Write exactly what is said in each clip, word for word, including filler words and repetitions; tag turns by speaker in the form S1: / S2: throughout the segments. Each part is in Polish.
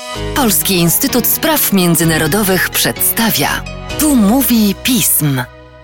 S1: Polski Instytut Spraw Międzynarodowych przedstawia. Tu mówi pism.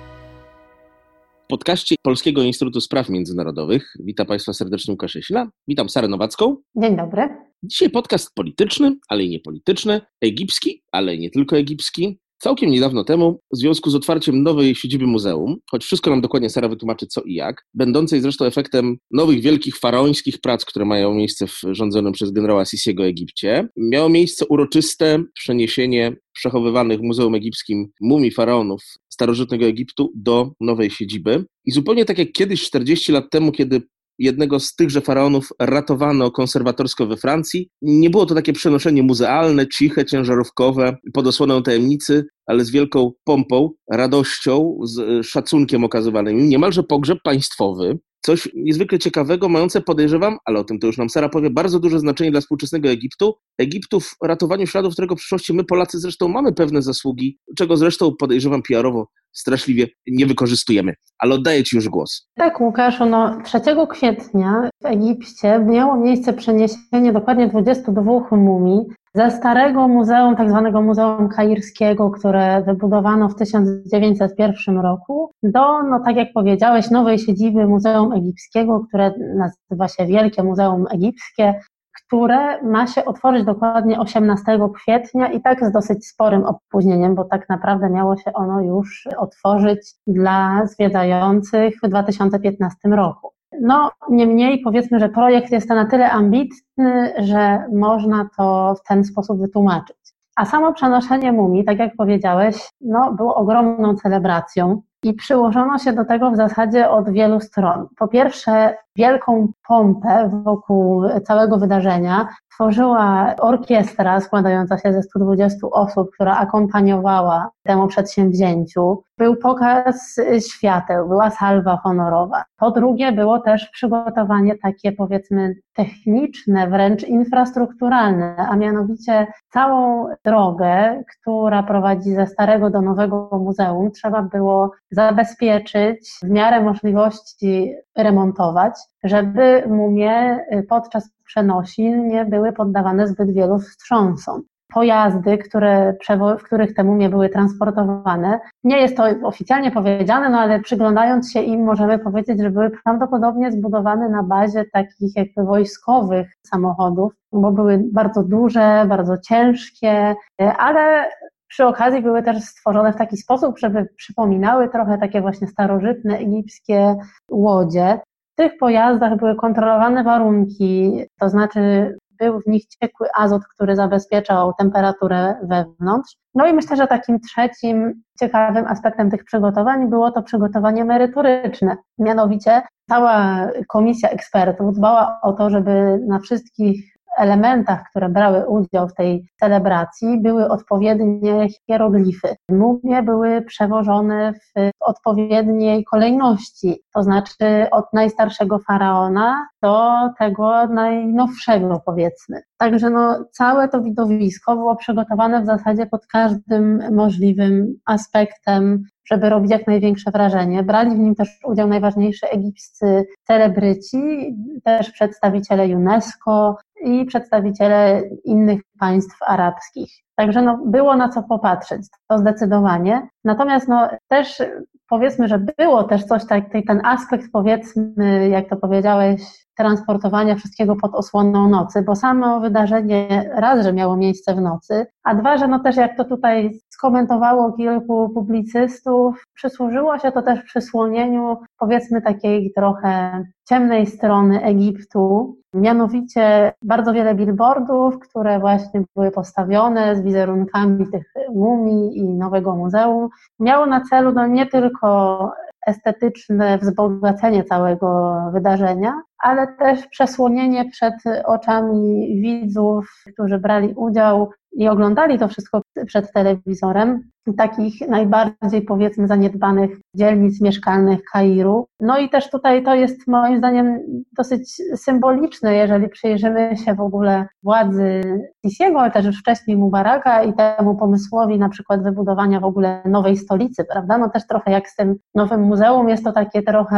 S2: W podcaście Polskiego Instytutu Spraw Międzynarodowych witam Państwa serdecznie, Łukasz Jasina. Witam Sarę Nowacką.
S3: Dzień dobry.
S2: Dzisiaj podcast polityczny, ale i niepolityczny, egipski, ale i nie tylko egipski. Całkiem niedawno temu, w związku z otwarciem nowej siedziby muzeum, choć wszystko nam dokładnie Sara wytłumaczy co i jak, będącej zresztą efektem nowych wielkich faraońskich prac, które mają miejsce w rządzonym przez generała Sisiego Egipcie, miało miejsce uroczyste przeniesienie przechowywanych w Muzeum Egipskim mumii faraonów starożytnego Egiptu do nowej siedziby. I zupełnie tak jak kiedyś, czterdzieści lat temu, kiedy jednego z tychże faraonów ratowano konserwatorsko we Francji. Nie było to takie przenoszenie muzealne, ciche, ciężarówkowe, pod osłoną tajemnicy, ale z wielką pompą, radością, z szacunkiem okazywanym im. Niemalże pogrzeb państwowy. Coś niezwykle ciekawego, mające, podejrzewam, ale o tym to już nam Sara powie, bardzo duże znaczenie dla współczesnego Egiptu. Egiptu w ratowaniu śladów, którego w przyszłości my Polacy zresztą mamy pewne zasługi, czego zresztą podejrzewam P R-owo straszliwie nie wykorzystujemy. Ale oddaję Ci już głos.
S3: Tak, Łukaszu, no trzeciego kwietnia w Egipcie miało miejsce przeniesienie dokładnie dwudziestu dwóch mumii ze starego muzeum, tak zwanego Muzeum Kairskiego, które wybudowano w tysiąc dziewięćset pierwszym roku, do, no tak jak powiedziałeś, nowej siedziby Muzeum Egipskiego, które nazywa się Wielkie Muzeum Egipskie, które ma się otworzyć dokładnie osiemnastego kwietnia i tak z dosyć sporym opóźnieniem, bo tak naprawdę miało się ono już otworzyć dla zwiedzających w dwa tysiące piętnastym roku. No, niemniej powiedzmy, że projekt jest na tyle ambitny, że można to w ten sposób wytłumaczyć. A samo przenoszenie mumii, tak jak powiedziałeś, no, było ogromną celebracją i przyłożono się do tego w zasadzie od wielu stron. Po pierwsze, wielką pompę wokół całego wydarzenia tworzyła orkiestra składająca się ze stu dwudziestu osób, która akompaniowała temu przedsięwzięciu. Był pokaz świateł, była salwa honorowa. Po drugie, było też przygotowanie takie, powiedzmy, techniczne, wręcz infrastrukturalne, a mianowicie całą drogę, która prowadzi ze starego do nowego muzeum, trzeba było zabezpieczyć, w miarę możliwości remontować, żeby mumie podczas przenosin nie były poddawane zbyt wielu wstrząsom. Pojazdy, które, w których te mumie były transportowane, nie jest to oficjalnie powiedziane, no ale przyglądając się im możemy powiedzieć, że były prawdopodobnie zbudowane na bazie takich jakby wojskowych samochodów, bo były bardzo duże, bardzo ciężkie, ale przy okazji były też stworzone w taki sposób, żeby przypominały trochę takie właśnie starożytne egipskie łodzie. W tych pojazdach były kontrolowane warunki, to znaczy był w nich ciekły azot, który zabezpieczał temperaturę wewnątrz. No i myślę, że takim trzecim ciekawym aspektem tych przygotowań było to przygotowanie merytoryczne. Mianowicie cała komisja ekspertów dbała o to, żeby na wszystkich elementach, które brały udział w tej celebracji, były odpowiednie hieroglify. Mumie były przewożone w odpowiedniej kolejności, to znaczy od najstarszego faraona do tego najnowszego, powiedzmy. Także no, całe to widowisko było przygotowane w zasadzie pod każdym możliwym aspektem, żeby robić jak największe wrażenie. Brali w nim też udział najważniejsi egipscy celebryci, też przedstawiciele UNESCO i przedstawiciele innych państw arabskich. Także no, było na co popatrzeć, to zdecydowanie. Natomiast no, też powiedzmy, że było też coś tak, ten aspekt, powiedzmy, jak to powiedziałeś, transportowania wszystkiego pod osłoną nocy, bo samo wydarzenie raz, że miało miejsce w nocy, a dwa, że no też jak to tutaj skomentowało kilku publicystów, przysłużyło się to też przysłonieniu, powiedzmy, takiej trochę ciemnej strony Egiptu, mianowicie bardzo wiele billboardów, które właśnie były postawione z wizerunkami tych mumii i nowego muzeum, miało na celu no nie tylko estetyczne wzbogacenie całego wydarzenia, ale też przesłonienie przed oczami widzów, którzy brali udział i oglądali to wszystko przed telewizorem, takich najbardziej, powiedzmy, zaniedbanych dzielnic mieszkalnych Kairu. No i też tutaj to jest moim zdaniem dosyć symboliczne, jeżeli przyjrzymy się w ogóle władzy Sisiego, ale też już wcześniej Mubaraka i temu pomysłowi na przykład wybudowania w ogóle nowej stolicy, prawda? No też trochę jak z tym nowym muzeum, jest to takie trochę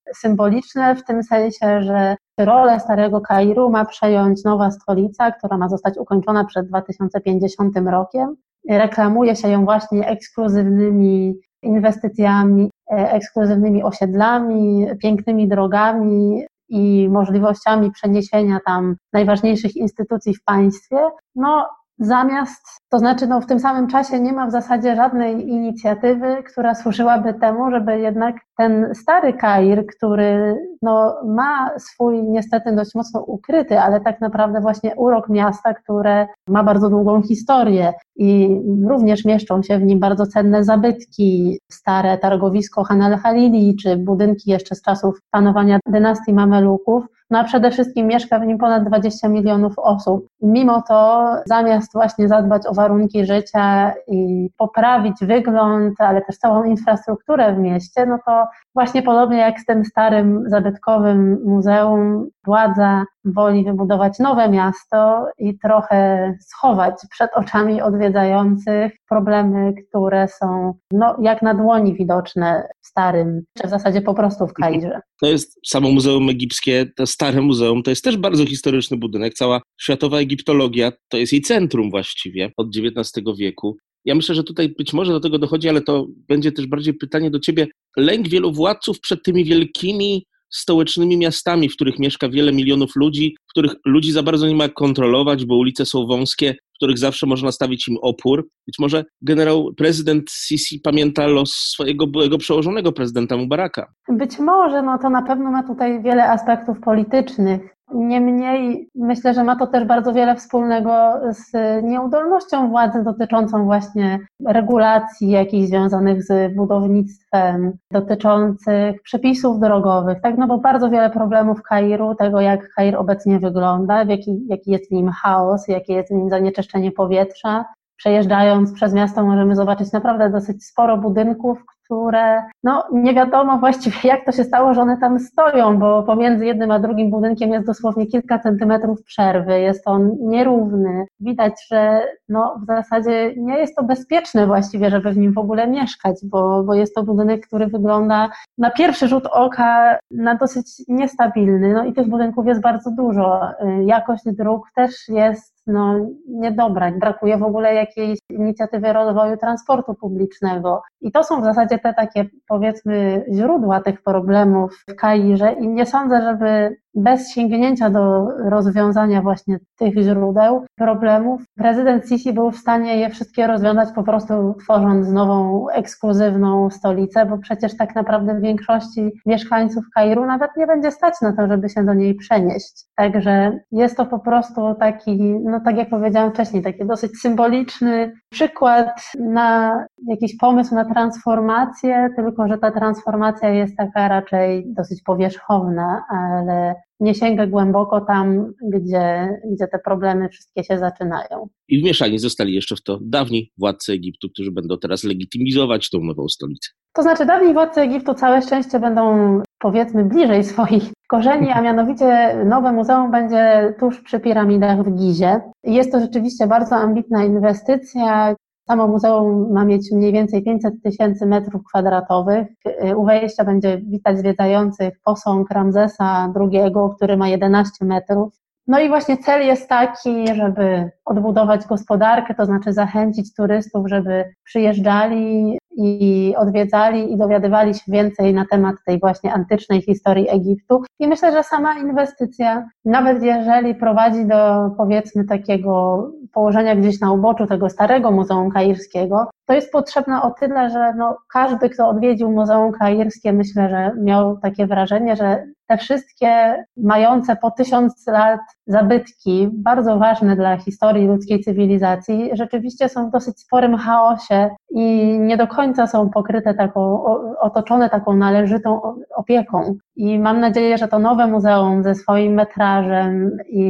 S3: symboliczne w tym sensie, że rolę Starego Kairu ma przejąć nowa stolica, która ma zostać ukończona przed dwa tysiące pięćdziesiątym rokiem. Reklamuje się ją właśnie ekskluzywnymi inwestycjami, ekskluzywnymi osiedlami, pięknymi drogami i możliwościami przeniesienia tam najważniejszych instytucji w państwie. No, zamiast, to znaczy no, w tym samym czasie nie ma w zasadzie żadnej inicjatywy, która służyłaby temu, żeby jednak ten stary Kair, który no, ma swój niestety dość mocno ukryty, ale tak naprawdę właśnie urok miasta, które ma bardzo długą historię i również mieszczą się w nim bardzo cenne zabytki, stare targowisko Han al-Halili, czy budynki jeszcze z czasów panowania dynastii Mameluków. No a przede wszystkim mieszka w nim ponad dwadzieścia milionów osób. Mimo to zamiast właśnie zadbać o warunki życia i poprawić wygląd, ale też całą infrastrukturę w mieście, no to właśnie podobnie jak z tym starym zabytkowym muzeum, władza woli wybudować nowe miasto i trochę schować przed oczami odwiedzających problemy, które są no, jak na dłoni widoczne w starym, czy w zasadzie po prostu w Kairze.
S2: To jest samo Muzeum Egipskie, to stare muzeum, to jest też bardzo historyczny budynek. Cała światowa egiptologia to jest jej centrum właściwie od dziewiętnastego wieku. Ja myślę, że tutaj być może do tego dochodzi, ale to będzie też bardziej pytanie do ciebie. Lęk wielu władców przed tymi wielkimi stołecznymi miastami, w których mieszka wiele milionów ludzi, w których ludzi za bardzo nie ma kontrolować, bo ulice są wąskie, w których zawsze można stawić im opór. Być może generał prezydent Sisi pamięta los swojego byłego przełożonego prezydenta Mubaraka.
S3: Być może, no to na pewno ma tutaj wiele aspektów politycznych. Niemniej myślę, że ma to też bardzo wiele wspólnego z nieudolnością władzy dotyczącą właśnie regulacji jakichś związanych z budownictwem, dotyczących przepisów drogowych, tak? No bo bardzo wiele problemów Kairu, tego jak Kair obecnie wygląda, jaki, jaki jest w nim chaos, jakie jest w nim zanieczyszczenie powietrza. Przejeżdżając przez miasto możemy zobaczyć naprawdę dosyć sporo budynków, które no nie wiadomo właściwie jak to się stało, że one tam stoją, bo pomiędzy jednym a drugim budynkiem jest dosłownie kilka centymetrów przerwy, jest on nierówny. Widać, że no w zasadzie nie jest to bezpieczne właściwie, żeby w nim w ogóle mieszkać, bo, bo jest to budynek, który wygląda na pierwszy rzut oka na dosyć niestabilny, no i tych budynków jest bardzo dużo. Jakość dróg też jest no niedobra, brakuje w ogóle jakiejś inicjatywy rozwoju transportu publicznego. I to są w zasadzie te takie, powiedzmy, źródła tych problemów w Kairze i nie sądzę, żeby bez sięgnięcia do rozwiązania właśnie tych źródeł problemów prezydent Sisi był w stanie je wszystkie rozwiązać po prostu tworząc nową, ekskluzywną stolicę, bo przecież tak naprawdę w większości mieszkańców Kairu nawet nie będzie stać na to, żeby się do niej przenieść. Także jest to po prostu taki, no tak jak powiedziałam wcześniej, taki dosyć symboliczny przykład na jakiś pomysł na transformację, tylko że ta transformacja jest taka raczej dosyć powierzchowna, ale nie sięga głęboko tam, gdzie, gdzie te problemy wszystkie się zaczynają.
S2: I wmieszani zostali jeszcze w to dawni władcy Egiptu, którzy będą teraz legitymizować tą nową stolicę.
S3: To znaczy dawni władcy Egiptu całe szczęście będą, powiedzmy, bliżej swoich korzeni, a mianowicie nowe muzeum będzie tuż przy piramidach w Gizie. Jest to rzeczywiście bardzo ambitna inwestycja. Samo muzeum ma mieć mniej więcej pięćset tysięcy metrów kwadratowych. U wejścia będzie witać zwiedzających posąg Ramzesa drugiego, który ma jedenaście metrów. No i właśnie cel jest taki, żeby odbudować gospodarkę, to znaczy zachęcić turystów, żeby przyjeżdżali i odwiedzali i dowiadywali się więcej na temat tej właśnie antycznej historii Egiptu. I myślę, że sama inwestycja, nawet jeżeli prowadzi do, powiedzmy, takiego położenia gdzieś na uboczu tego starego Muzeum Kairskiego, to jest potrzebna o tyle, że no, każdy, kto odwiedził Muzeum Kairskie, myślę, że miał takie wrażenie, że te wszystkie mające po tysiąc lat zabytki, bardzo ważne dla historii ludzkiej cywilizacji, rzeczywiście są w dosyć sporym chaosie i nie do końca są pokryte taką, otoczone taką należytą opieką. I mam nadzieję, że to nowe muzeum ze swoim metrażem i,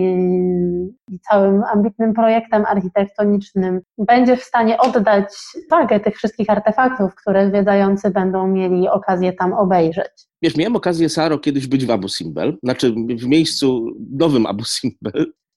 S3: i całym ambitnym projektem architektonicznym będzie w stanie oddać wagę tych wszystkich artefaktów, które zwiedzający będą mieli okazję tam obejrzeć.
S2: Wiesz, miałem okazję, Saro, kiedyś być w Abu Simbel, znaczy w miejscu nowym Abu Simbel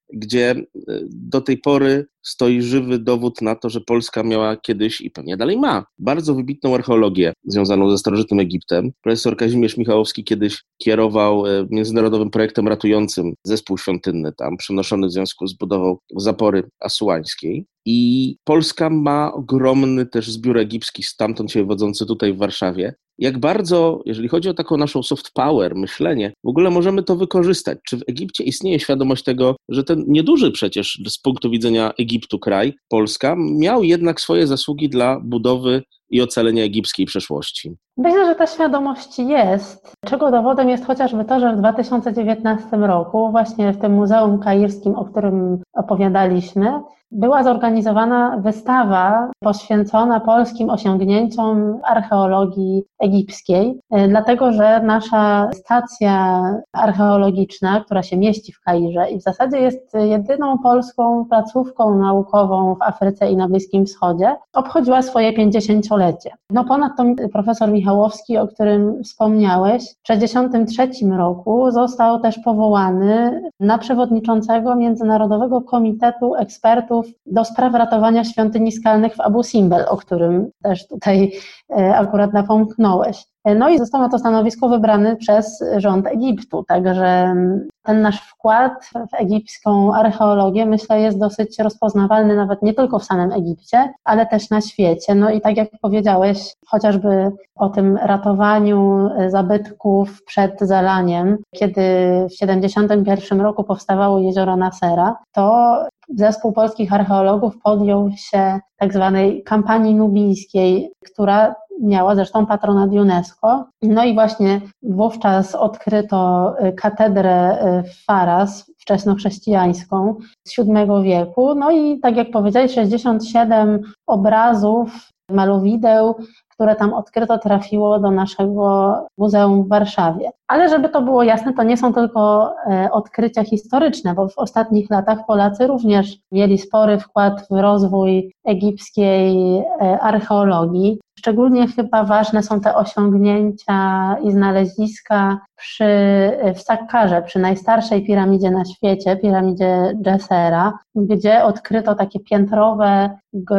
S2: gdzie do tej pory stoi żywy dowód na to, że Polska miała kiedyś i pewnie dalej ma bardzo wybitną archeologię związaną ze starożytnym Egiptem. Profesor Kazimierz Michałowski kiedyś kierował międzynarodowym projektem ratującym zespół świątynny tam, przenoszony w związku z budową zapory asuańskiej. I Polska ma ogromny też zbiór egipski, stamtąd się wywodzący tutaj w Warszawie. Jak bardzo, jeżeli chodzi o taką naszą soft power, myślenie, w ogóle możemy to wykorzystać? Czy w Egipcie istnieje świadomość tego, że ten nieduży przecież z punktu widzenia Egiptu kraj, Polska, miał jednak swoje zasługi dla budowy i ocalenia egipskiej przeszłości?
S3: Myślę, że ta świadomość jest, czego dowodem jest chociażby to, że w dwa tysiące dziewiętnastym roku właśnie w tym Muzeum Kairskim, o którym opowiadaliśmy, była zorganizowana wystawa poświęcona polskim osiągnięciom archeologii egipskiej, dlatego że nasza stacja archeologiczna, która się mieści w Kairze i w zasadzie jest jedyną polską placówką naukową w Afryce i na Bliskim Wschodzie, obchodziła swoje pięćdziesięciolecie. No ponadto profesor Michałowski, o którym wspomniałeś, w tysiąc dziewięćset sześćdziesiątym trzecim roku został też powołany na przewodniczącego Międzynarodowego Komitetu Ekspertów do spraw ratowania świątyni skalnych w Abu Simbel, o którym też tutaj akurat napomknąłeś. No i został na to stanowisko wybrany przez rząd Egiptu, także ten nasz wkład w egipską archeologię, myślę, jest dosyć rozpoznawalny nawet nie tylko w samym Egipcie, ale też na świecie. No i tak jak powiedziałeś, chociażby o tym ratowaniu zabytków przed zalaniem, kiedy w siedemdziesiątym pierwszym roku powstawało jezioro Nasera, to zespół polskich archeologów podjął się tak zwanej kampanii nubijskiej, która miała zresztą patronat UNESCO. No i właśnie wówczas odkryto katedrę w Faras, wczesnochrześcijańską z siódmego wieku. No i tak jak powiedziałeś, sześćdziesiąt siedem obrazów, malowideł, które tam odkryto, trafiło do naszego muzeum w Warszawie. Ale żeby to było jasne, to nie są tylko odkrycia historyczne, bo w ostatnich latach Polacy również mieli spory wkład w rozwój egipskiej archeologii. Szczególnie chyba ważne są te osiągnięcia i znaleziska przy, w Sakkarze, przy najstarszej piramidzie na świecie, piramidzie Dżesera, gdzie odkryto takie piętrowe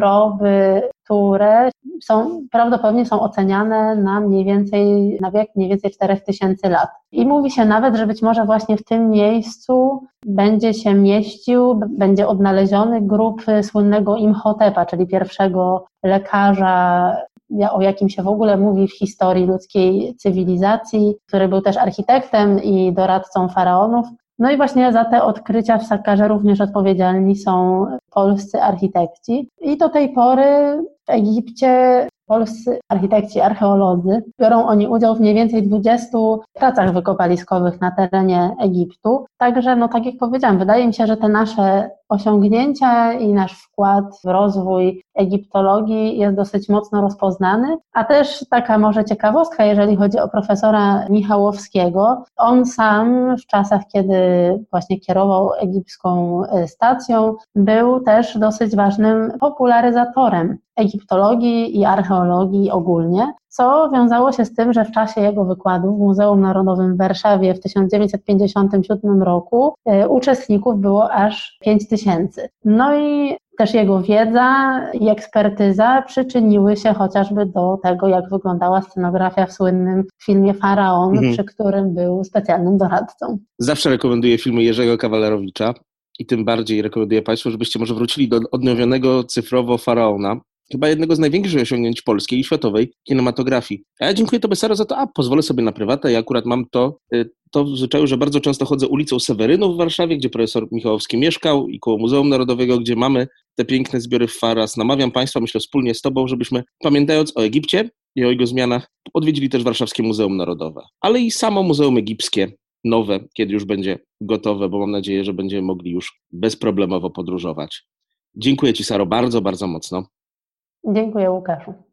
S3: groby, które są, prawdopodobnie są oceniane na mniej więcej, na wiek mniej więcej czterech tysięcy lat. I mówi się nawet, że być może właśnie w tym miejscu będzie się mieścił, będzie odnaleziony grób słynnego Imhotepa, czyli pierwszego lekarza, o jakim się w ogóle mówi w historii ludzkiej cywilizacji, który był też architektem i doradcą faraonów. No i właśnie za te odkrycia w Sakkarze również odpowiedzialni są polscy architekci. I do tej pory w Egipcie polscy architekci, archeolodzy, biorą oni udział w mniej więcej dwudziestu pracach wykopaliskowych na terenie Egiptu. Także, no tak jak powiedziałam, wydaje mi się, że te nasze osiągnięcia i nasz wkład w rozwój egiptologii jest dosyć mocno rozpoznany, a też taka może ciekawostka, jeżeli chodzi o profesora Michałowskiego. On sam w czasach, kiedy właśnie kierował egipską stacją, był też dosyć ważnym popularyzatorem egiptologii i archeologii ogólnie, co wiązało się z tym, że w czasie jego wykładu w Muzeum Narodowym w Warszawie w tysiąc dziewięćset pięćdziesiątym siódmym roku y, uczestników było aż pięć tysięcy. No i też jego wiedza i ekspertyza przyczyniły się chociażby do tego, jak wyglądała scenografia w słynnym filmie Faraon, mhm. przy którym był specjalnym doradcą.
S2: Zawsze rekomenduję filmy Jerzego Kawalerowicza i tym bardziej rekomenduję Państwu, żebyście może wrócili do odnowionego cyfrowo Faraona, chyba jednego z największych osiągnięć polskiej i światowej kinematografii. A ja dziękuję Tobie, Saro, za to, a pozwolę sobie na prywatę. Ja akurat mam to, to w zwyczaju, że bardzo często chodzę ulicą Sewerynów w Warszawie, gdzie profesor Michałowski mieszkał, i koło Muzeum Narodowego, gdzie mamy te piękne zbiory w Faras. Namawiam Państwa, myślę wspólnie z Tobą, żebyśmy, pamiętając o Egipcie i o jego zmianach, odwiedzili też Warszawskie Muzeum Narodowe, ale i samo Muzeum Egipskie, nowe, kiedy już będzie gotowe, bo mam nadzieję, że będziemy mogli już bezproblemowo podróżować. Dziękuję Ci, Saro, bardzo, bardzo mocno.
S3: Dziękuję, Łukaszu.